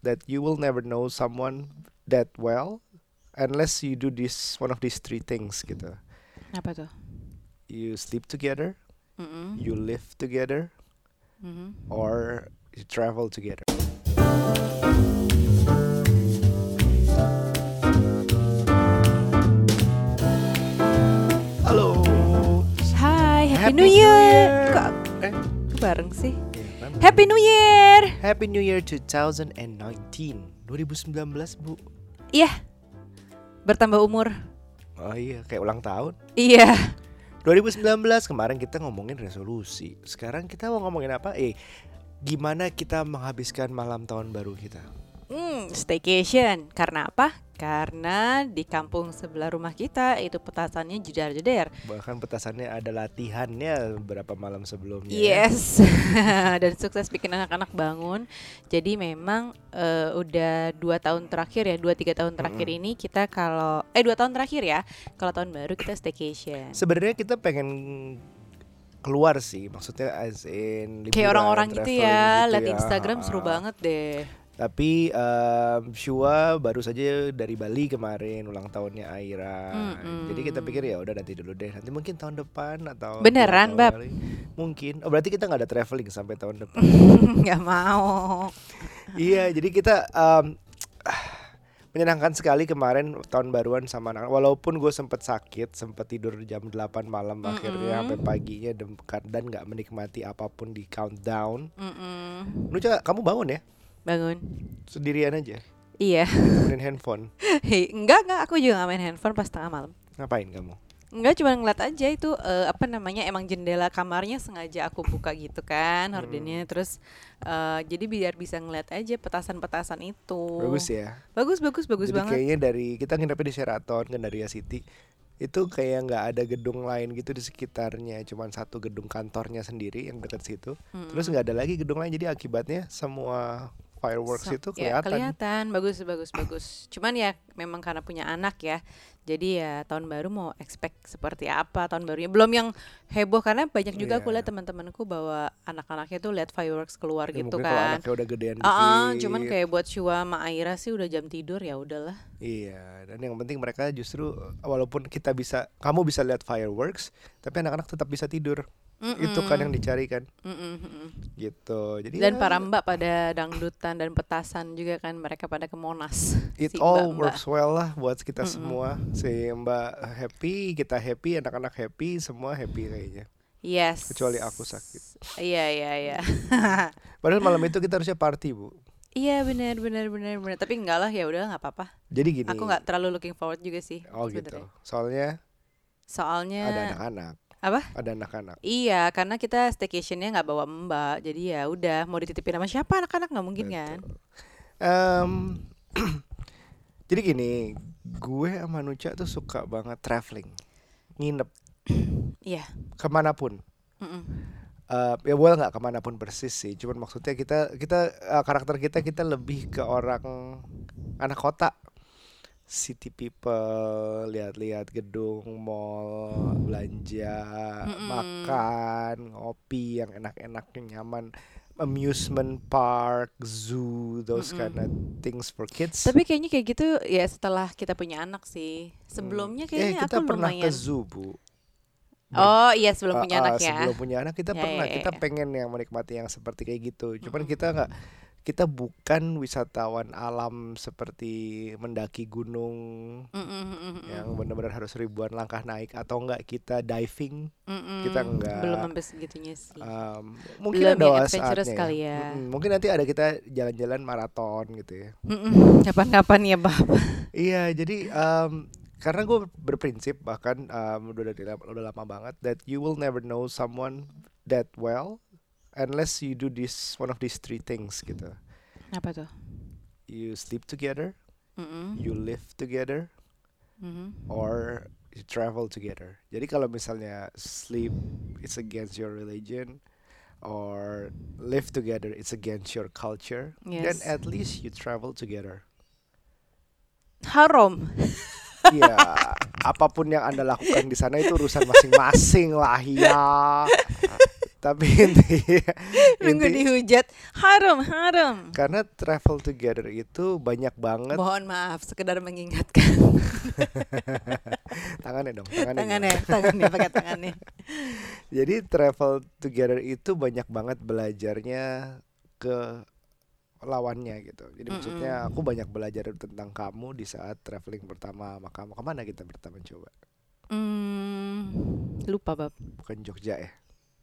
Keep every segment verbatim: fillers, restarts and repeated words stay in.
that you will never know someone that well unless you do this one of these three things gitu. Apa tuh? You sleep together, Mm-mm. you live together, Mm-mm. or you travel together. Halo. Hai, Happy, Happy New New Year. Year. Kok Eh, bareng sih? iya kan? Happy New Year. Happy New Year twenty nineteen. dua ribu sembilan belas, Bu. Iya. Bertambah umur. Oh iya, kayak ulang tahun. Iya. dua ribu sembilan belas kemarin kita ngomongin resolusi. Sekarang kita mau ngomongin apa? Eh, gimana kita menghabiskan malam tahun baru kita? Hmm, staycation. Karena apa? Karena di kampung sebelah rumah kita itu petasannya jedar-jeder. Bahkan petasannya ada latihannya beberapa malam sebelumnya. Yes. Dan sukses bikin anak-anak bangun. Jadi memang eh, udah dua tahun terakhir ya, dua tiga tahun terakhir Mm-mm. ini kita kalau eh dua tahun terakhir ya, kalau tahun baru kita staycation. Sebenarnya kita pengen keluar sih, maksudnya as in liburan, Kayak orang-orang gitu traveling ya, gitu liat ya. Instagram seru Ah. banget deh. Tapi um, Shua baru saja dari Bali kemarin ulang tahunnya Aira. Mm-mm. Jadi kita pikir ya udah nanti dulu deh. Nanti mungkin tahun depan atau Beneran, dua tahun Bab? kali. Mungkin. Oh berarti kita nggak ada traveling sampai tahun depan. Nggak mau. Iya, jadi kita um, menyenangkan sekali kemarin tahun baruan sama anak. Walaupun gue sempet sakit, sempet tidur jam delapan malam akhirnya Mm-mm. sampai paginya dem- dan nggak menikmati apapun di countdown. Mm-mm. Nuca, kamu bangun ya? Bangun. Sendirian aja, Iya. mainin handphone. Hei, enggak enggak aku juga nggak main handphone pas tengah malam. Ngapain kamu? Enggak, cuma ngeliat aja itu eh, apa namanya, emang jendela kamarnya sengaja aku buka gitu kan hordennya, terus eh, jadi biar bisa ngeliat aja petasan-petasan itu. Bagus ya. Bagus bagus bagus Jadi banget. kayaknya dari kita nginepnya di Sheraton Gandaria City itu kayak nggak ada gedung lain gitu di sekitarnya, cuman satu gedung kantornya sendiri yang dekat situ. Mm-mm. Terus nggak ada lagi gedung lain, jadi akibatnya semua fireworks So- itu ya, kelihatan. kelihatan bagus bagus bagus. Cuman ya memang karena punya anak ya, jadi ya tahun baru mau expect seperti apa tahun barunya, belum yang heboh karena banyak juga aku Iya. lihat teman-temanku bawa anak-anaknya tuh lihat fireworks keluar Ya, gitu mungkin kalau kan. anaknya udah gedean Ah, ah, dikit. cuman kayak buat Shua sama Aira sih udah jam tidur ya udahlah. Iya, dan yang penting mereka justru walaupun kita bisa, kamu bisa lihat fireworks, tapi anak-anak tetap bisa tidur. Itu kan yang dicari kan, Mm-mm, mm-mm. gitu. Jadi Dan ya, para mbak pada dangdutan dan petasan juga kan, mereka pada ke Monas. it si all mbak-mbak. works well lah buat kita Mm-mm. semua. Si Mbak happy, kita happy, anak-anak happy, semua happy kayaknya. Yes. Kecuali aku sakit. Iya iya iya. Padahal malam itu kita harusnya party, Bu. Iya benar benar benar benar. Tapi enggak lah, ya udah nggak apa-apa. Jadi gini. Aku nggak terlalu looking forward juga sih. Oh gitu. sebenarnya. Soalnya Soalnya ada anak-anak. apa? Ada anak-anak. Iya, karena kita staycationnya nggak bawa mbak, jadi ya udah mau dititipin sama siapa, anak-anak nggak mungkin kan? Em, jadi gini, gue sama Nuca tuh suka banget traveling, nginep Iya. kemanapun. Mm-mm. Eh, ya boleh nggak kemanapun persis sih, cuman maksudnya kita kita eh, karakter kita kita lebih ke orang anak kota, city people, lihat-lihat gedung, mall, belanja, Mm-mm. makan, ngopi yang enak-enak, yang nyaman, amusement park, zoo, those Mm-mm. kind of things for kids. Tapi kayaknya kayak gitu ya setelah kita punya anak sih. Sebelumnya eh kayaknya kita aku pernah lumayan. ke zoo, Bu. Oh iya, sebelum Ah, punya ah, anak ya. sebelum punya anak kita Ya, pernah, ya, ya, kita ya. pengen yang menikmati yang seperti kayak gitu. Cuman Mm-mm. kita nggak, kita bukan wisatawan alam seperti mendaki gunung Mm-mm, mm-mm, yang benar-benar harus ribuan langkah naik, atau enggak kita diving. mm-mm. kita enggak. Belum sampai segitunya sih. Um, mungkin Belum ada yang wa- adventurous saatnya kali ya. Mm-mm. Mungkin nanti ada kita jalan-jalan maraton gitu ya. Mm-mm. Kapan-kapan ya, Bab. Iya, jadi um, karena gue berprinsip bahkan um, udah dari lama- udah lama banget, that you will never know someone that well unless you do this one of these three things gitu. Apa tuh? You sleep together, Mm-mm. you live together, Mhm. or you travel together. Jadi kalau misalnya sleep it's against your religion, or live together it's against your culture, then Yes. at least you travel together. Haram. Iya, apapun yang Anda lakukan di sana itu urusan masing-masing lah ya. Tapi intinya, Nunggu inti dihujat. Haram, haram. karena travel together itu banyak banget. Mohon maaf, sekedar mengingatkan. Tangannya dong, tangannya. Tangannya, gimana? tangannya, pakai tangannya. Jadi travel together itu banyak banget belajarnya ke lawannya gitu. Jadi maksudnya aku Mm-mm. banyak belajar tentang kamu di saat traveling pertama sama kamu. Kemana kita pertama coba? Hmm, lupa bab, Bukan Jogja ya?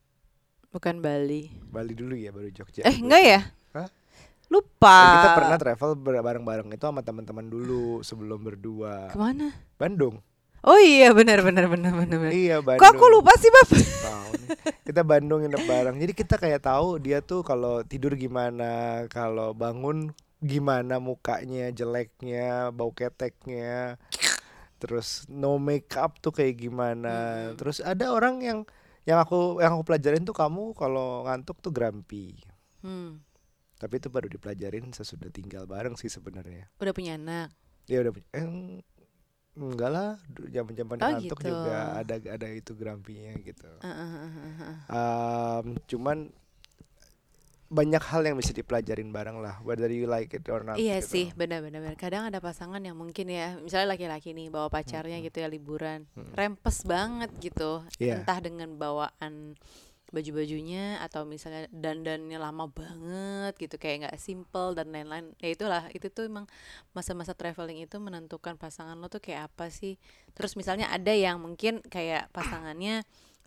bukan Bali. Bali dulu ya, baru Jogja. Eh enggak ya? Hah? Lupa. Eh, kita pernah travel ber- bareng-bareng itu sama teman-teman dulu sebelum berdua. Kemana? Bandung. Oh iya benar benar benar benar. benar. Iya, Kok aku Bandung. lupa sih bab? Tahu nih. Kita Bandung nginep bareng. Jadi kita kayak tahu dia tuh kalau tidur gimana, kalau bangun gimana mukanya, jeleknya, bau keteknya. Terus no makeup tuh kayak gimana. Mm-mm. Terus ada orang yang yang aku yang aku pelajarin tuh kamu kalau ngantuk tuh grumpy. Hmm. Tapi itu baru dipelajarin sesudah tinggal bareng sih sebenarnya. Udah punya anak. Ya udah eh, enggak lah, zaman-zaman Oh ngantuk gitu. juga ada ada itu grumpy-nya gitu. Uh, uh, uh, uh, uh. Em, cuman banyak hal yang bisa dipelajarin bareng lah, whether you like it or not Iya gitu. sih, benar-benar. Kadang ada pasangan yang mungkin ya, misalnya laki-laki nih bawa pacarnya Mm-mm. gitu ya liburan, Mm-mm. rempes banget gitu. Iya. Entah dengan bawaan baju-bajunya atau misalnya dandannya lama banget gitu, kayak nggak simple dan lain-lain. Ya itulah, itu tuh emang masa-masa traveling itu menentukan pasangan lo tuh kayak apa sih. Terus misalnya ada yang mungkin kayak pasangannya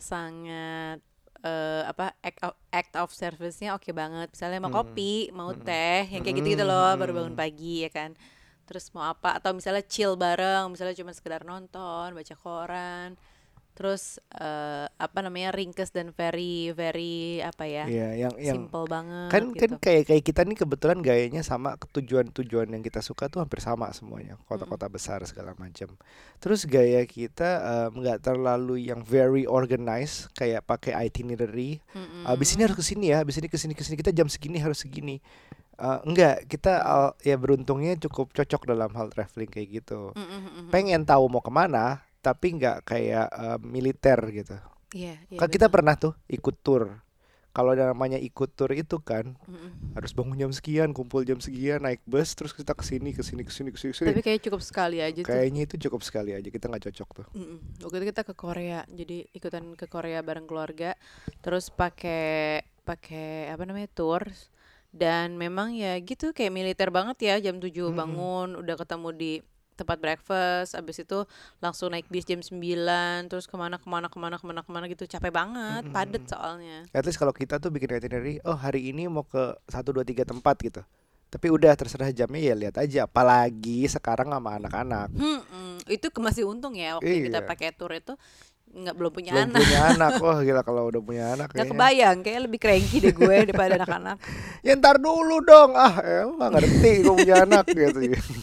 sangat eh, apa act of, act of service-nya oke banget. Misalnya mau Mm. kopi, mau Mm-mm. teh, yang kayak gitu-gitu loh, baru bangun Mm-mm. pagi ya kan. Terus mau apa atau misalnya chill bareng, misalnya cuma sekedar nonton, baca koran. Terus eh, apa namanya ringkes dan very very apa ya, Iya, yang yang simple banget kan kan gitu. kayak kayak kita nih kebetulan gayanya sama, tujuan-tujuan yang kita suka tuh hampir sama semuanya, Mm-mm. kota-kota besar segala macam. Terus gaya kita em, nggak terlalu yang very organized kayak pakai itinerary. Abis ini Mm-mm. harus ke sini ya, abis ini ke sini ke sini kita jam segini harus segini. Eh, enggak, kita Mm-mm. al- ya beruntungnya cukup cocok dalam hal traveling kayak gitu. Mm-mm, mm-mm. Pengen tahu mau kemana, tapi nggak kayak eh, militer gitu. Iya, iya Kan kita betul. pernah tuh ikut tour. Kalau namanya ikut tour itu kan Mm-mm. harus bangun jam sekian, kumpul jam sekian, naik bus, terus kita ke sini, ke sini, ke sini, ke sini, ke sini. Tapi kayak cukup sekali aja tuh. Kayaknya itu cukup sekali aja, kita nggak cocok tuh. Mm-mm. Waktu itu kita ke Korea, jadi ikutan ke Korea bareng keluarga, terus pakai pakai apa namanya tour, dan memang ya gitu kayak militer banget ya, jam tujuh Mm-mm. bangun, udah ketemu di tempat breakfast, abis itu langsung naik bis jam sembilan, terus kemana kemana kemana kemana kemana gitu, capek banget, padet Mm-mm. soalnya. At least kalau kita tuh bikin itinerary, oh hari ini mau ke satu dua tiga tempat gitu. Tapi udah terserah jamnya ya lihat aja. Apalagi sekarang sama anak-anak. Hmm, itu ke- masih untung ya waktu kita Iya, pakai tour itu nggak belum punya belum anak. punya anak. Wah gila kalau udah punya anak Nggak kayaknya. kebayang, kayak lebih cranky deh gue daripada anak-anak. Ya ntar dulu dong. Ah elah ngerti gue punya anak gitu.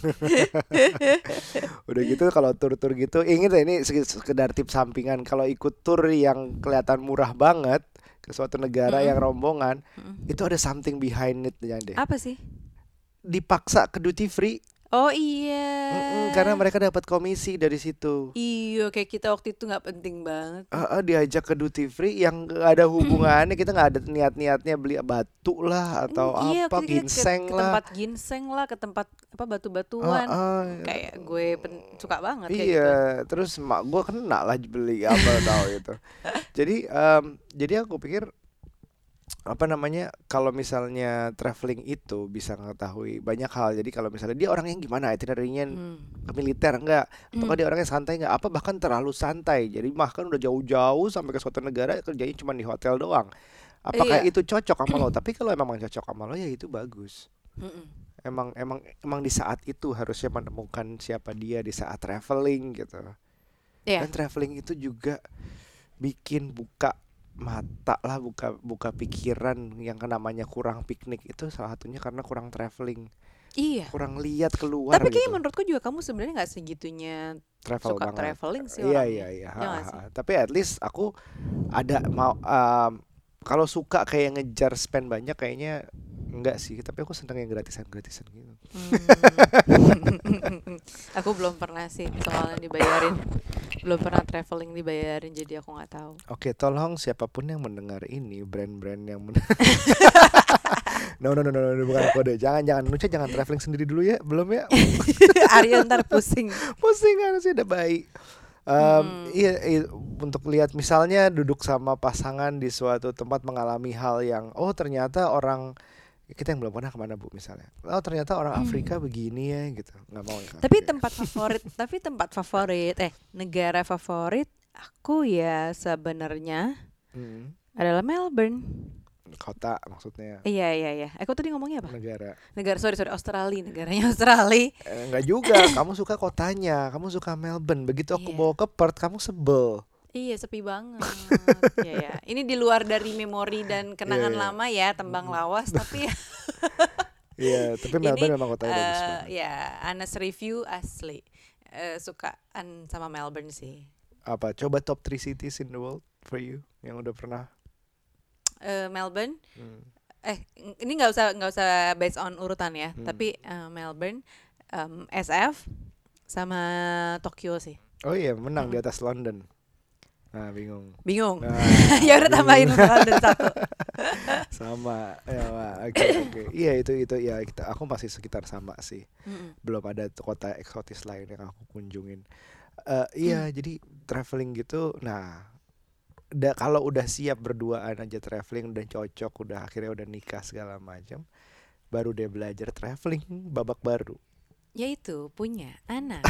Udah gitu kalau tur-tur gitu, ingat ya ini sek- sekedar tips sampingan. Kalau ikut tur yang kelihatan murah banget ke suatu negara yang Mm-mm. rombongan, Mm-mm. itu ada something behind it-nya deh. Apa sih? Dipaksa ke duty free. Oh iya. Mm-mm, karena mereka dapat komisi dari situ. Iya, kayak kita waktu itu nggak penting banget. Ah, ah, diajak ke duty free yang gak ada hubungannya, kita nggak ada niat-niatnya beli batu lah atau Mm, iya, apa, waktu itu kita ke, ginseng ke lah. tempat ginseng lah, ke tempat apa Ah, batu-batuan. ah, Kayak gue pen- suka banget kayak iya, gitu. terus mak gue kena lah beli apa tahu itu. Jadi em, jadi aku pikir apa namanya, kalau misalnya traveling itu bisa mengetahui banyak hal. Jadi kalau misalnya dia orang yang gimana, itinerary-nya Hmm. ke militer enggak, atau Hmm. dia orangnya santai enggak, apa bahkan terlalu santai. Jadi bahkan udah jauh-jauh sampai ke suatu negara kerjanya cuma di hotel doang. Apakah Iya. itu cocok sama lo? Tapi kalau emang cocok sama lo ya itu bagus. Mm-mm. Emang emang emang di saat itu harusnya menemukan siapa dia di saat traveling gitu. Iya. Dan traveling itu juga bikin buka mata lah, buka buka pikiran. Yang namanya kurang piknik itu salah satunya karena kurang traveling, Iya. kurang lihat keluar Tapi kayaknya gitu. menurutku juga kamu sebenarnya nggak segitunya Travel suka banget. traveling sih Iya orangnya. iya iya. Ya nggak Ha, sih? ha, ha. Tapi at least aku ada mau em, kalau suka kayak ngejar spend banyak kayaknya Enggak sih, tapi aku seneng yang gratisan-gratisan gitu. Hmm. Aku belum pernah sih soalnya dibayarin, belum pernah traveling dibayarin, jadi aku nggak tahu. Oke, tolong siapapun yang mendengar ini, brand-brand yang men- no, no no no no bukan kode. Jangan jangan Nucha jangan traveling sendiri dulu ya, belum ya? Arya ntar pusing. Pusing kan sih udah baik. Um, Mm-mm. iya, iya, untuk lihat misalnya duduk sama pasangan di suatu tempat mengalami hal yang oh ternyata orang kita yang belum pernah kemana bu misalnya oh ternyata orang Afrika begini ya gitu nggak mau ya Tapi oke. tempat favorit, tapi tempat favorit, eh negara favorit aku ya sebenarnya Hmm, adalah Melbourne. kota maksudnya Iya iya iya. Aku tadi ngomongnya apa? negara. Negara, sorry sorry, Australia, negaranya Australia. Eh, nggak juga kamu suka kotanya kamu suka Melbourne begitu aku Iya. bawa ke Perth kamu sebel. Iya sepi banget. Iya ya. Ini di luar dari memori dan Iya kenangan iya. lama ya, tembang Mm-mm. lawas, tapi Iya tapi ini Melbourne memang kotanya bagus eh banget. ya honest review asli. Eh, sukaan sama Melbourne sih. Apa coba top three cities in the world for you yang udah pernah. Eh, Melbourne, Hmm. eh ini nggak usah nggak usah based on urutan ya, Hmm. tapi eh, Melbourne, em, S F sama Tokyo sih. Oh iya menang di Mm-mm. atas London. Nah bingung. Bingung. Nah Ya udah tambahin bingung. London satu. Sama ya Wak. Oke oke iya itu itu ya kita aku masih sekitar sama sih Mm-mm. belum ada t- kota eksotis lain yang aku kunjungin. Eh iya jadi traveling gitu nah da, kalau udah siap berduaan aja traveling udah cocok udah akhirnya udah nikah segala macam baru dia belajar traveling babak baru. Yaitu punya anak.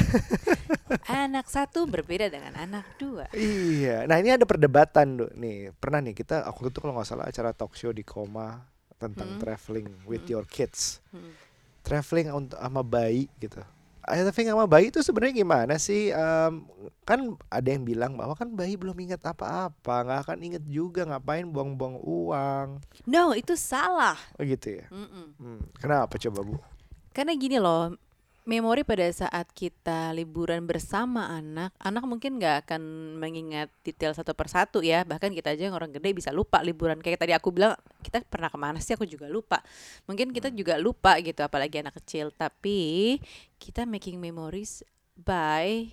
Anak satu berbeda dengan anak dua. Iya nah ini ada perdebatan Duk. Nih pernah nih kita aku tuh kalau nggak salah acara talk show di Koma tentang Mm-mm. traveling with Mm-mm. your kids. Mm-mm. Traveling untuk sama bayi gitu. Ah, traveling sama bayi itu sebenarnya gimana sih? Em, kan ada yang bilang bahwa kan bayi belum ingat apa-apa, nggak akan inget juga ngapain buang-buang uang. No, itu salah. Oh gitu ya. Mm-mm. Hmm, kenapa coba Bu? Karena gini loh, memori pada saat kita liburan bersama anak, anak mungkin nggak akan mengingat detail satu persatu ya. Bahkan kita aja yang orang gede bisa lupa liburan. Kayak tadi aku bilang, kita pernah kemana sih? Aku juga lupa. Mungkin kita juga lupa gitu, apalagi anak kecil. Tapi kita making memories by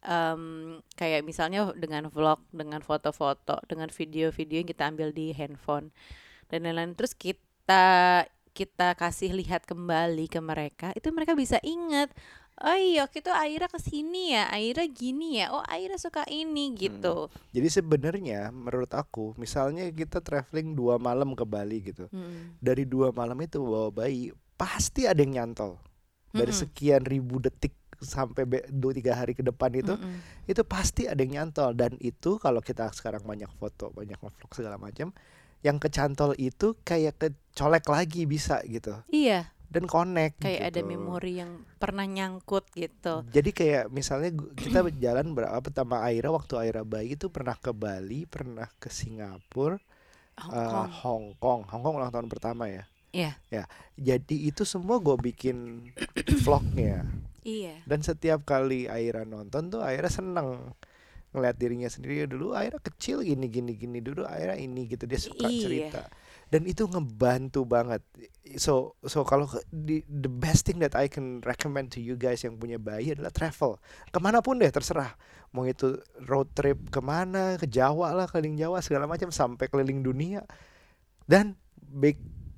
em, kayak misalnya dengan vlog, dengan foto-foto, dengan video-video yang kita ambil di handphone dan lain-lain. Terus kita kita kasih lihat kembali ke mereka, itu mereka bisa ingat. Oh iya, waktu itu Aira kesini ya, Aira gini ya, oh Aira suka ini Hmm. gitu. Jadi sebenarnya menurut aku, misalnya kita traveling dua malam ke Bali gitu. Mm-mm. Dari dua malam itu bawa bayi, pasti ada yang nyantol. Dari Mm-mm. sekian ribu detik sampai be- dua tiga hari ke depan itu, Mm-mm. itu pasti ada yang nyantol. Dan itu kalau kita sekarang banyak foto, banyak vlog segala macam, yang kecantol itu kayak kecolek lagi bisa gitu. Iya, Dan connect kayak ada gitu. memori yang pernah nyangkut gitu. Jadi kayak misalnya gu- kita jalan berapa pertama Aira waktu Aira bayi itu pernah ke Bali, pernah ke Singapura, Hong eh, Kong. Hong Kong, Hong Kong ulang tahun pertama ya. Iya, Ya, jadi itu semua gue bikin vlognya. iya. Dan setiap kali Aira nonton tuh Aira seneng ngeliat dirinya sendiri dulu Aira kecil gini gini gini dulu Aira ini gitu dia suka Iya. cerita dan itu ngebantu banget. So so kalau ke- di, the best thing that I can recommend to you guys yang punya bayi adalah travel kemanapun deh terserah mau itu road trip kemana ke Jawa lah keliling Jawa segala macam sampai keliling dunia dan big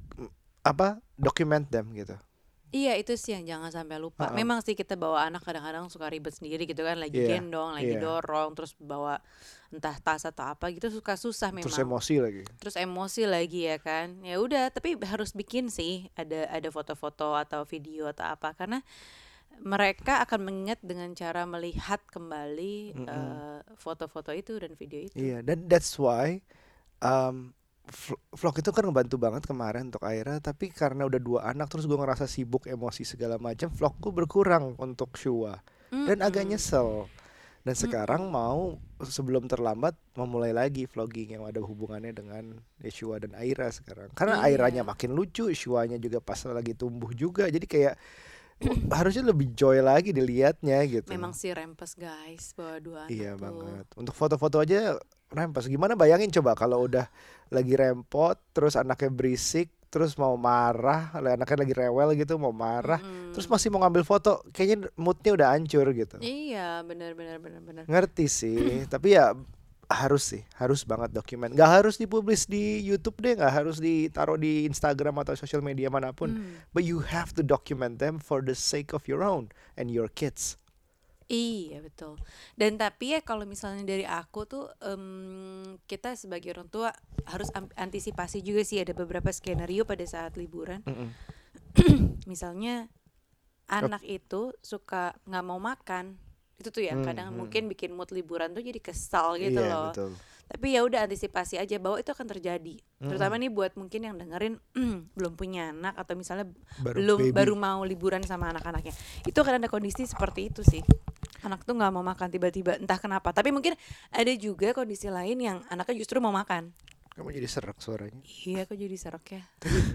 apa document them gitu. Iya, itu sih yang jangan sampai lupa. Uh-uh. Memang sih kita bawa anak kadang-kadang suka ribet sendiri gitu kan, lagi Iya, gendong, lagi iya. dorong, terus bawa entah tas atau apa gitu, suka susah memang. Terus emosi lagi. Terus emosi lagi ya kan. Ya udah, tapi harus bikin sih ada ada foto-foto atau video atau apa, karena mereka akan mengingat dengan cara melihat kembali Mm-mm. eh, foto-foto itu dan video itu. Iya, dan that's why um, vl- vlog itu kan ngebantu banget kemarin untuk Aira, tapi karena udah dua anak terus gue ngerasa sibuk emosi segala macam, vlogku berkurang untuk Shua dan agak Mm-mm. nyesel. Dan sekarang Mm-mm. mau sebelum terlambat memulai lagi vlogging yang ada hubungannya dengan Shua dan Aira sekarang. Karena Iya. Airanya makin lucu, Shuanya juga pas lagi tumbuh juga, jadi kayak wah, harusnya lebih joy lagi dilihatnya gitu. Memang sih rempes guys, bawa dua anak Iya tuh. banget. Untuk foto-foto aja rempes. Gimana bayangin coba kalau udah lagi rempot, terus anaknya berisik, terus mau marah, anaknya lagi rewel gitu mau marah, terus Mm-mm. masih mau ngambil foto, kayaknya moodnya udah hancur gitu. Iya, benar benar benar benar. Ngerti sih, tapi ya harus sih, harus banget dokumen. Gak harus dipublish di YouTube deh, gak harus ditaruh di Instagram atau sosial media manapun. Hmm. But you have to document them for the sake of your own and your kids. Iya betul. Dan tapi ya kalau misalnya dari aku tuh em, kita sebagai orang tua harus am- antisipasi juga sih ada beberapa skenario pada saat liburan. Mm-mm. Misalnya Ap- anak itu suka nggak mau makan. Itu tuh yang Hmm, kadang hmm. mungkin bikin mood liburan tuh jadi kesal gitu Iya loh. betul. Tapi ya udah antisipasi aja bahwa itu akan terjadi. Terutama Mm-mm. nih buat mungkin yang dengerin belum punya anak atau misalnya Baru belum baby. baru mau liburan sama anak-anaknya. Itu akan ada kondisi seperti itu sih. Anak tuh nggak mau makan tiba-tiba entah kenapa. Tapi mungkin ada juga kondisi lain yang anaknya justru mau makan. Kamu jadi serak suaranya. Iya, kok jadi serak ya.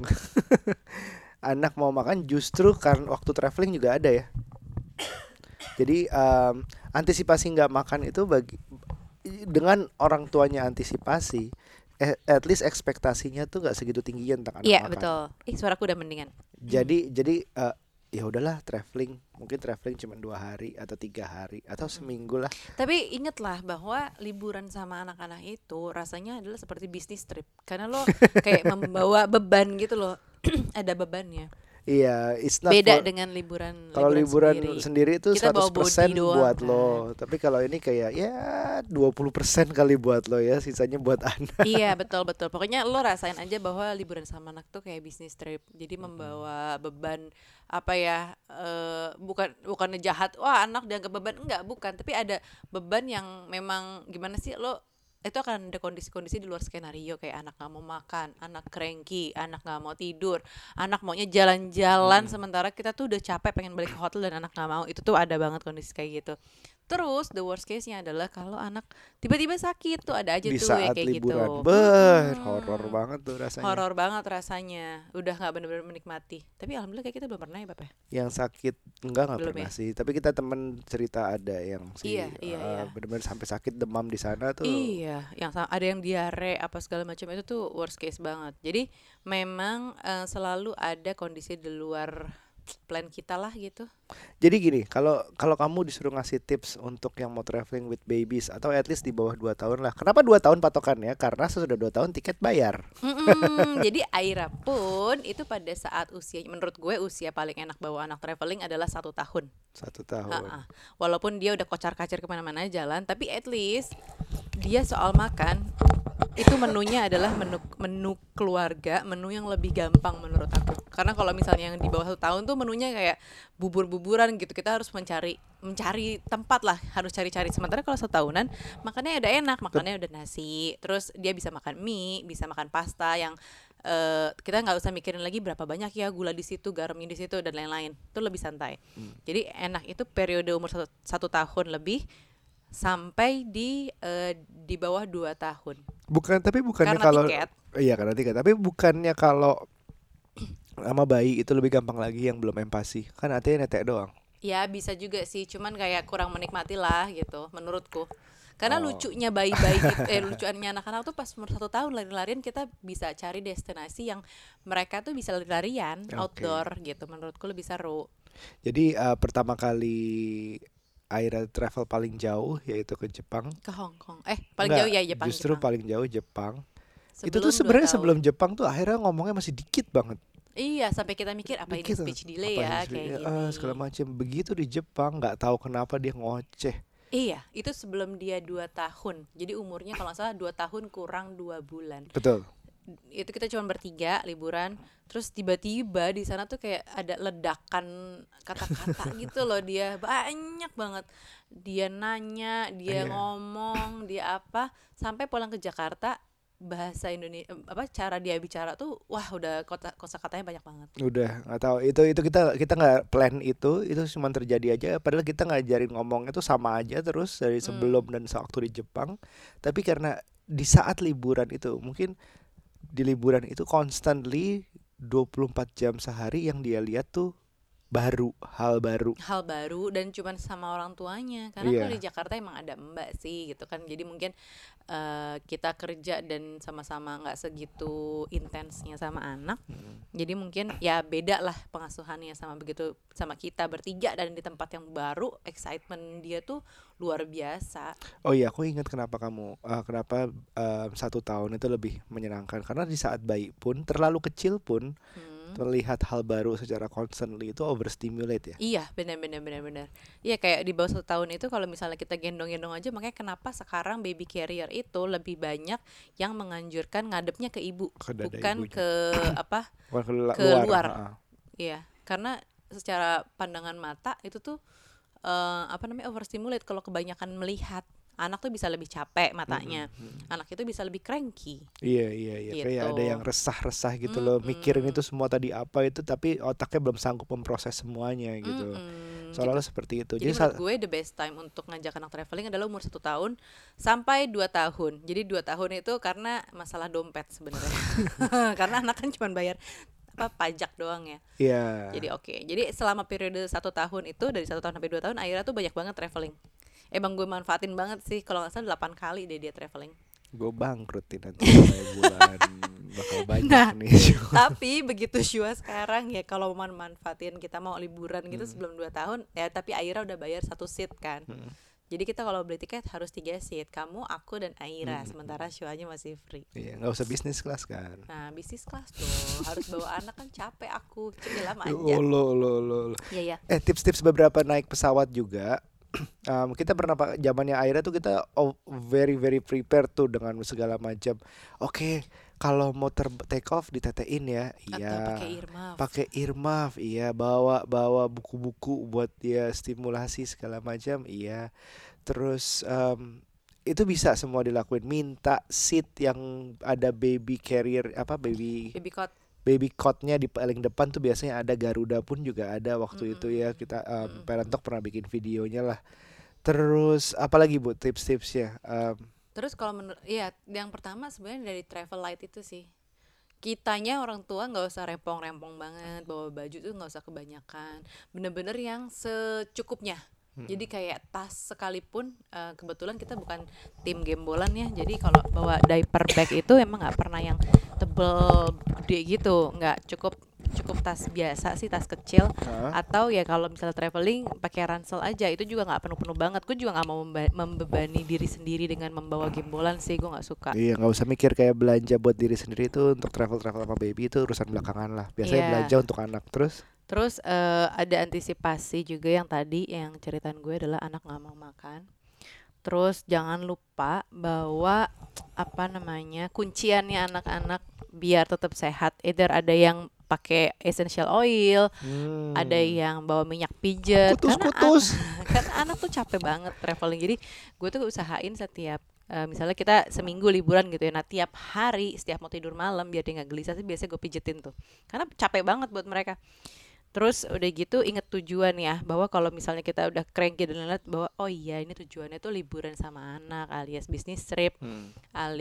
Anak mau makan justru karena waktu traveling juga ada ya. Jadi em, antisipasi nggak makan itu bagi dengan orang tuanya antisipasi, eh, at least ekspektasinya tuh nggak segitu tingginya tentang anak Iya makan. betul. Ih suaraku udah mendingan. Jadi jadi eh, ya udahlah traveling, mungkin traveling cuma dua hari atau tiga hari atau seminggu lah. Tapi ingatlah bahwa liburan sama anak-anak itu rasanya adalah seperti bisnis trip. Karena lo kayak membawa beban gitu loh. Ada bebannya. Iya, it's not Beda for- dengan liburan kalau liburan sendiri. sendiri itu Kita bawa seratus persen body doang, buat kan. lo. Tapi kalau ini kayak ya dua puluh persen kali buat lo ya, sisanya buat anak. Iya betul betul. Pokoknya lo rasain aja bahwa liburan sama anak tuh kayak bisnis trip. Jadi membawa beban apa ya? eh, bukan bukannya jahat. Wah anak dianggap beban enggak bukan. Tapi ada beban yang memang gimana sih lo itu akan ada kondisi-kondisi di luar skenario kayak anak nggak mau makan, anak cranky, anak nggak mau tidur, anak maunya jalan-jalan sementara kita tuh udah capek pengen balik ke hotel dan anak nggak mau. Itu tuh ada banget kondisi kayak gitu. Terus the worst case-nya adalah kalau anak tiba-tiba sakit tuh ada aja Di tuh ya saat kayak liburan. gitu. Ber, Mm-mm. horor banget tuh rasanya. Horor banget rasanya. Udah nggak bener-bener menikmati. Tapi alhamdulillah kayak kita belum pernah ya Bapak. Yang sakit enggak nggak Belum pernah ya? sih. Tapi kita temen cerita ada yang sih Iya, iya, eh, iya. benar-benar sampai sakit demam di sana tuh. Iya, yang sa- ada yang diare apa segala macam itu tuh worst case banget. Jadi memang eh, selalu ada kondisi di luar plan kita lah gitu. Jadi gini, kalau kalau kamu disuruh ngasih tips untuk yang mau traveling with babies atau at least di bawah dua tahun lah. Kenapa dua tahun patokannya? Karena sesudah dua tahun tiket bayar. Mm-mm, jadi Aira pun itu pada saat usia, menurut gue usia paling enak bawa anak traveling adalah satu tahun. Satu tahun. Ha-ha. Walaupun dia udah kocar-kacir kemana-mana jalan, tapi at least dia soal makan itu menunya adalah menu menu keluarga, menu yang lebih gampang menurut aku. Karena kalau misalnya yang di bawah satu tahun tuh menunya kayak bubur-buburan gitu, kita harus mencari mencari tempat lah, harus cari-cari. Sementara kalau satu tahunan makannya udah enak, makannya udah nasi, terus dia bisa makan mie, bisa makan pasta yang eh, kita nggak usah mikirin lagi berapa banyak ya gula di situ, garamnya di situ dan lain-lain. Itu lebih santai. Jadi enak itu periode umur satu, satu tahun lebih sampai di eh, di bawah dua tahun. Bukan, tapi bukannya Karena kalau tiket. iya karena tiket. Tapi bukannya kalau sama bayi itu lebih gampang lagi yang belum empati. Kan artinya netek doang. Ya bisa juga sih, cuman kayak kurang menikmati lah gitu menurutku. Karena Oh. lucunya bayi-bayi gitu, eh lucuannya anak-anak tuh pas umur satu tahun lari-larian kita bisa cari destinasi yang mereka tuh bisa lari-larian Oke. outdoor gitu. Menurutku lebih seru. Jadi eh, pertama kali Aira travel paling jauh yaitu ke Jepang. Ke Hong Kong. Eh paling Enggak, jauh ya Jepang. Justru Jepang. paling jauh Jepang. Itu Sebelum tuh dua sebenarnya tahun. sebelum Jepang tuh akhirnya ngomongnya masih dikit banget. Iya sampai kita mikir apa ini Dikit lah. speech delay Apa ya ini kayak speech- gini. ah, segala macam. Begitu di Jepang nggak tahu kenapa dia ngoceh. Iya, itu sebelum dia dua tahun. Jadi umurnya kalau nggak salah dua tahun kurang dua bulan. Betul. Itu kita cuma bertiga liburan, terus tiba-tiba di sana tuh kayak ada ledakan kata-kata gitu loh, dia banyak banget. Dia nanya, dia Iya. ngomong, dia apa, sampai pulang ke Jakarta bahasa Indonesia apa cara dia bicara tuh wah udah kota kosakatanya banyak banget. Udah nggak tahu itu itu kita kita nggak plan itu itu cuma terjadi aja. Padahal kita ngajarin ngomongnya tuh sama aja terus dari sebelum dan sewaktu di Jepang. Tapi karena di saat liburan itu mungkin di liburan itu constantly dua puluh empat jam sehari yang dia lihat tuh baru, hal baru. hal baru dan cuman sama orang tuanya karena Iya. kalau di Jakarta emang ada mbak sih gitu kan, jadi mungkin eh, kita kerja dan sama-sama nggak segitu intensnya sama anak, Hmm. jadi mungkin ya beda lah pengasuhannya sama begitu sama kita bertiga dan di tempat yang baru, excitement dia tuh luar biasa. Oh iya, aku ingat kenapa kamu, eh, kenapa eh, satu tahun itu lebih menyenangkan karena di saat bayi pun terlalu kecil pun Hmm. melihat hal baru secara constantly itu overstimulate ya. Iya, benar benar benar benar. Iya, kayak di bawah satu tahun itu kalau misalnya kita gendong-gendong aja, makanya kenapa sekarang baby carrier itu lebih banyak yang menganjurkan ngadepnya ke ibu, Ke dada bukan ibunya. ke apa? Bukan ke la- Ke luar. luar. ha-ha. Iya, karena secara pandangan mata itu tuh eh, apa namanya overstimulate kalau kebanyakan melihat. Anak tuh bisa lebih capek matanya. Mm-mm, mm. Anak itu bisa lebih cranky Iya iya iya, kayak ada yang gitu. resah-resah gitu loh, mikirin Mm-mm. itu semua tadi apa itu tapi otaknya belum sanggup memproses semuanya gitu. Mm-mm. Jadi Seolah-olah seperti itu. Jadi Jadi menurut sa- gue the best time untuk ngajak anak traveling adalah umur satu tahun sampai dua tahun. Jadi dua tahun itu karena masalah dompet sebenarnya. Karena anak kan cuma bayar apa pajak doang ya. iya. Jadi oke. Jadi selama periode satu tahun itu dari satu tahun sampai dua tahun Aira tuh banyak banget traveling. Emang gue manfaatin banget sih, kalau nggak salah delapan kali deh dia traveling. Gue bangkrut nih nanti mulai bulan bakal banyak Nah, nih. Tapi begitu Shua sekarang ya kalau mau manfaatin kita mau liburan gitu Hmm. sebelum dua tahun ya, tapi Aira udah bayar satu seat kan. Hmm. Jadi kita kalau beli tiket harus tiga seat, kamu, aku, dan Aira. Hmm. Sementara Shuanya masih free. Iya, nggak usah bisnis kelas kan. Nah, bisnis kelas dong. Harus bawa anak kan capek aku. Cemilan Ya aja. Allah, Allah, Allah, Allah. Iya ya. Eh tips-tips beberapa naik pesawat juga. Um, kita pernah pak zamannya Aira tuh kita oh, very very prepared tuh dengan segala macam. Oke, kalau mau ter take off ditetein ya. Atau Iya. pakai earmuff. Pakai earmuff, iya, bawa bawa buku-buku buat dia stimulasi segala macam, iya. Terus em, itu bisa semua dilakuin. Minta seat yang ada baby carrier apa baby Baby cot. baby cot-nya di paling depan tuh biasanya ada, Garuda pun juga ada waktu itu ya. Kita um, Mm-mm. Parent Talk pernah bikin videonya lah. Terus apalagi Bu tips-tipsnya? Um, Terus kalau menurut, iya, yang pertama sebenarnya dari travel light itu sih. Kitanya orang tua nggak usah rempong-rempong banget, bawa baju tuh nggak usah kebanyakan. Bener-bener yang secukupnya. Hmm. Jadi kayak tas sekalipun, eh, kebetulan kita bukan tim gembolan ya. Jadi kalau bawa diaper bag itu emang nggak pernah yang tebel gede gitu, nggak, cukup cukup tas biasa sih, tas kecil. Hah? Atau ya kalau misalnya traveling pakai ransel aja, itu juga nggak penuh-penuh banget. Gue juga nggak mau memba- membebani diri sendiri dengan membawa gembolan sih, gue nggak suka. Iya, nggak usah mikir kayak belanja buat diri sendiri itu untuk travel-travel sama baby itu urusan belakangan lah. Biasanya Iya. belanja untuk anak. Terus Terus eh, ada antisipasi juga yang tadi yang ceritaan gue adalah anak nggak mau makan. Terus jangan lupa bawa apa namanya kunciannya anak-anak biar tetap sehat. Either ada yang pakai essential oil, hmm, ada yang bawa minyak pijet. Karena, kutus-kutus. an- karena anak tuh capek banget traveling. Jadi gue tuh usahain setiap eh, misalnya kita seminggu liburan gitu ya. Nah tiap hari setiap mau tidur malam biar dia nggak gelisah sih biasanya gue pijetin tuh. Karena capek banget buat mereka. Terus udah gitu inget tujuan ya, bahwa kalau misalnya kita udah cranky dan lain-lain, bahwa oh iya ini tujuannya tuh liburan sama anak alias bisnis trip Hmm.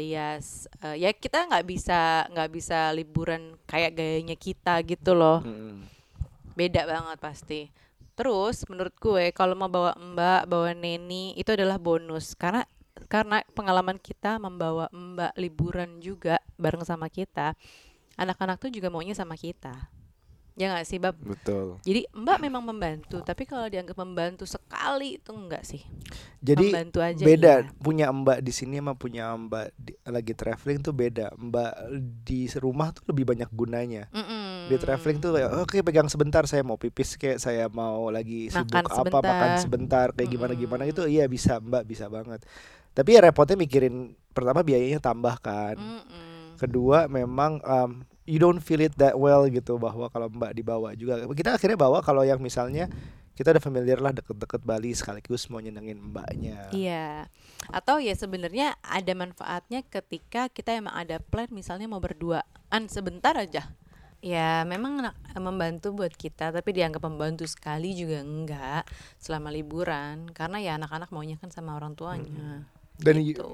alias eh, ya kita nggak bisa nggak bisa liburan kayak gayanya kita gitu loh, Hmm. beda banget pasti. Terus menurut gue kalau mau bawa mbak bawa neni itu adalah bonus, karena karena pengalaman kita membawa mbak liburan juga bareng sama kita, anak-anak tuh juga maunya sama kita. Ya nggak sih Bab? Betul. Jadi mbak memang membantu, tapi kalau dianggap membantu sekali itu enggak sih. Jadi Membantu aja beda iya. punya mbak di sini sama punya mbak di, lagi traveling tuh beda. Mbak di rumah tuh lebih banyak gunanya. Mm-mm. Di traveling tuh kayak oke pegang sebentar, saya mau pipis kayak saya mau lagi sibuk Makan apa sebentar. makan sebentar kayak gimana gimana Mm-mm. itu iya bisa mbak bisa banget. Tapi ya repotnya mikirin pertama biayanya tambah kan. Mm-mm. Kedua memang um, you don't feel it that well gitu bahwa kalau mbak dibawa juga. Kita akhirnya bawa kalau yang misalnya kita udah familiar lah deket-deket Bali sekaligus mau nyenengin mbaknya. Iya. Atau ya sebenarnya ada manfaatnya ketika kita emang ada plan misalnya mau berduaan sebentar aja. Ya memang nak- membantu buat kita, tapi dianggap membantu sekali juga enggak selama liburan, karena ya anak-anak maunya kan sama orang tuanya. Dan y- Gitu.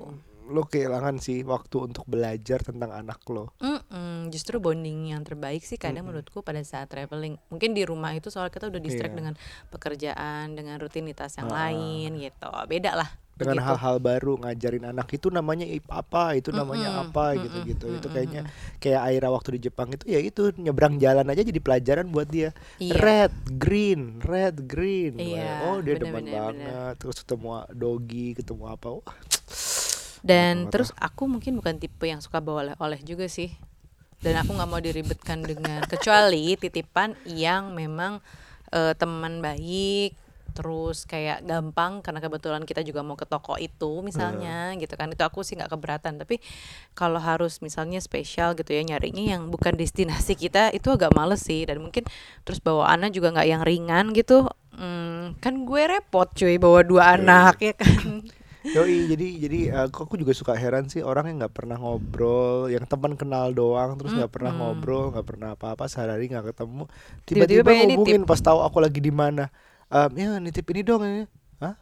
lo kehilangan sih waktu untuk belajar tentang anak lo. Mm-mm, justru bonding yang terbaik sih kadang Mm-mm. menurutku pada saat traveling. Mungkin di rumah itu soal kita udah distract Iya. dengan pekerjaan, dengan rutinitas yang Ah, lain gitu. Beda lah dengan begitu. hal-hal baru ngajarin anak itu namanya ip- apa, itu namanya Mm-mm, apa mm-mm, gitu-gitu. Itu mm-mm, kayaknya mm-mm. kayak Aira waktu di Jepang itu ya itu nyebrang jalan aja jadi pelajaran buat dia. Iya, Red, green, red, green. iya, Oh, dia benar demen benar benar. banget. Terus ketemu doggy, ketemu apa. Wah, enak Dan banget terus lah. aku mungkin bukan tipe yang suka bawa oleh-oleh juga sih. Dan aku nggak mau diribetkan dengan kecuali titipan yang memang eh, teman baik, terus kayak gampang karena kebetulan kita juga mau ke toko itu misalnya gitu kan, itu aku sih nggak keberatan. Tapi kalau harus misalnya spesial gitu ya nyarinya yang bukan destinasi kita, itu agak males sih. Dan mungkin terus bawaannya juga nggak yang ringan gitu. Hmm, kan gue repot cuy bawa dua anak ya kan. Yoi, jadi jadi eh, kok aku juga suka heran sih orang yang nggak pernah ngobrol, yang teman kenal doang, terus nggak pernah Mm-mm. ngobrol, nggak pernah apa-apa, sehari nggak ketemu, Tiba-tiba tiba-tiba pengen nitip. ngubungin pas tahu aku lagi di mana. Em, ya nitip ini dong ini. Hah?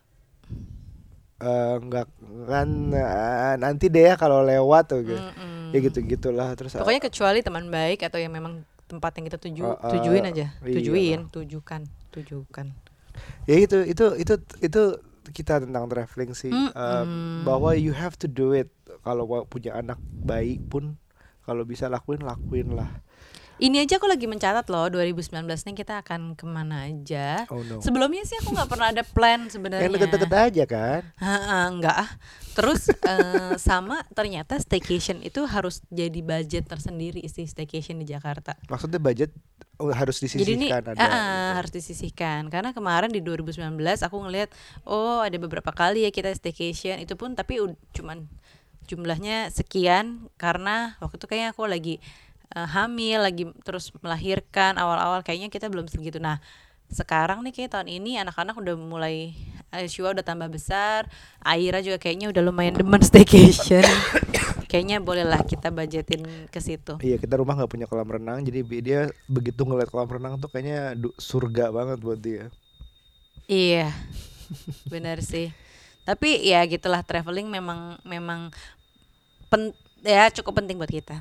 Eh, nggak kan eh, nanti deh ya kalau lewat tuh gitu. Ya Mm-mm. gitu-gitulah terus eh, Pokoknya kecuali teman baik atau yang memang tempat yang kita tuju, eh, eh, tujuin aja, iyalah. tujuin, tujukan, tujukan. Ya itu itu itu itu kita tentang traveling sih. Em, Mm-mm. bahwa you have to do it. Kalau wa- punya anak bayi pun kalau bisa lakuin lakuin lah. Ini aja aku lagi mencatat loh dua ribu sembilan belas nih kita akan kemana aja. Oh no. Sebelumnya sih aku nggak pernah ada plan Yang sebenarnya. deket-deket aja kan. Ha, enggak ah. Terus eh, sama ternyata staycation itu harus jadi budget tersendiri sih staycation di Jakarta. Maksudnya budget oh, harus Jadi ini disisihkan ada ah, ah, gitu. harus disisihkan karena kemarin di dua ribu sembilan belas aku ngelihat oh ada beberapa kali ya kita staycation itu pun tapi ud- cuman jumlahnya sekian karena waktu itu kayaknya aku lagi eh, hamil lagi terus melahirkan awal-awal kayaknya kita belum segitu. Nah sekarang nih kayak tahun ini anak-anak udah mulai Shua udah tambah besar, Aira juga kayaknya udah lumayan demen staycation. Kayaknya bolehlah kita budgetin ke situ. Iya kita rumah nggak punya kolam renang jadi bi- dia begitu ngeliat kolam renang tuh kayaknya du- surga banget buat dia. Iya, benar sih. Tapi ya gitulah traveling memang memang pen, ya cukup penting buat kita.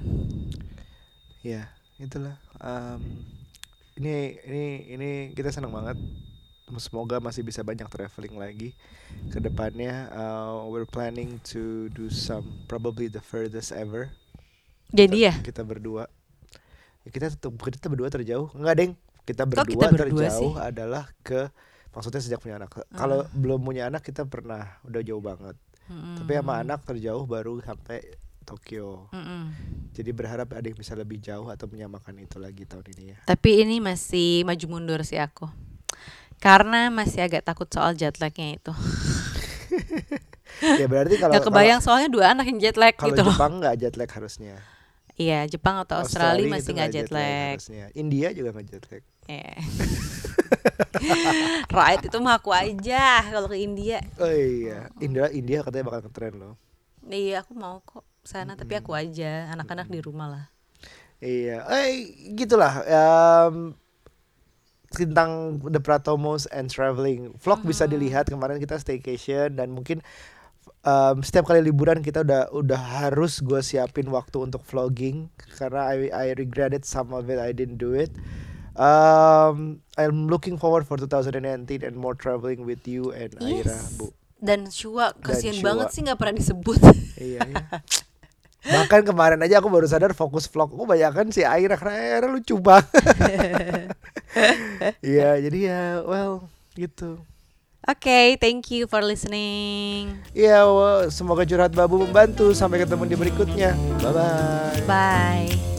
Ya itulah. Em, ini ini ini kita senang banget. Semoga masih bisa banyak traveling lagi ke depannya. Uh, we're planning to do some probably the furthest ever. Jadi ya, Kita berdua. Ya, kita tetap kita berdua terjauh. Enggak, Deng. Kita Kok berdua, kita berdua terjauh sih? adalah ke maksudnya sejak punya anak. Kalau Ah. belum punya anak kita pernah udah jauh banget. Mm-mm. Tapi sama anak terjauh baru sampai Tokyo. Mm-mm. Jadi berharap ada yang bisa lebih jauh atau menyamakan itu lagi tahun ini ya. Tapi ini masih maju mundur sih aku. Karena masih agak takut soal jet lagnya itu. Ya berarti kalau Gak kebayang soalnya dua anak yang jet lag kalau gitu loh. Jepang nggak jet lag harusnya. Iya, Jepang atau Australia, itu masih nggak jet lag. harusnya. India juga nggak jet lag. Eh. Right, itu mah aku aja kalau ke India. Oh iya, India India katanya bakal ngetren loh. Iya, aku mau kok sana tapi aku aja, anak-anak di rumah lah. Iya, eh gitulah. Um, tentang The Pratomos and traveling vlog bisa dilihat kemarin kita staycation dan mungkin um, setiap kali liburan kita udah udah harus gue siapin waktu untuk vlogging karena I I regretted some of it, I didn't do it. Um, I'm looking forward for twenty nineteen and more traveling with you and Aira, Yes. Bu. Dan Shua, kasihan Shua. banget sih nggak pernah disebut. Iya, iya. Bahkan kemarin aja aku baru sadar fokus vlog aku banyakan si Aira karena Aira lucu banget. Iya, jadi ya well gitu. Oke, thank you for listening. Iya, well, semoga curhat babu membantu. Sampai ketemu di berikutnya. Bye bye. Bye.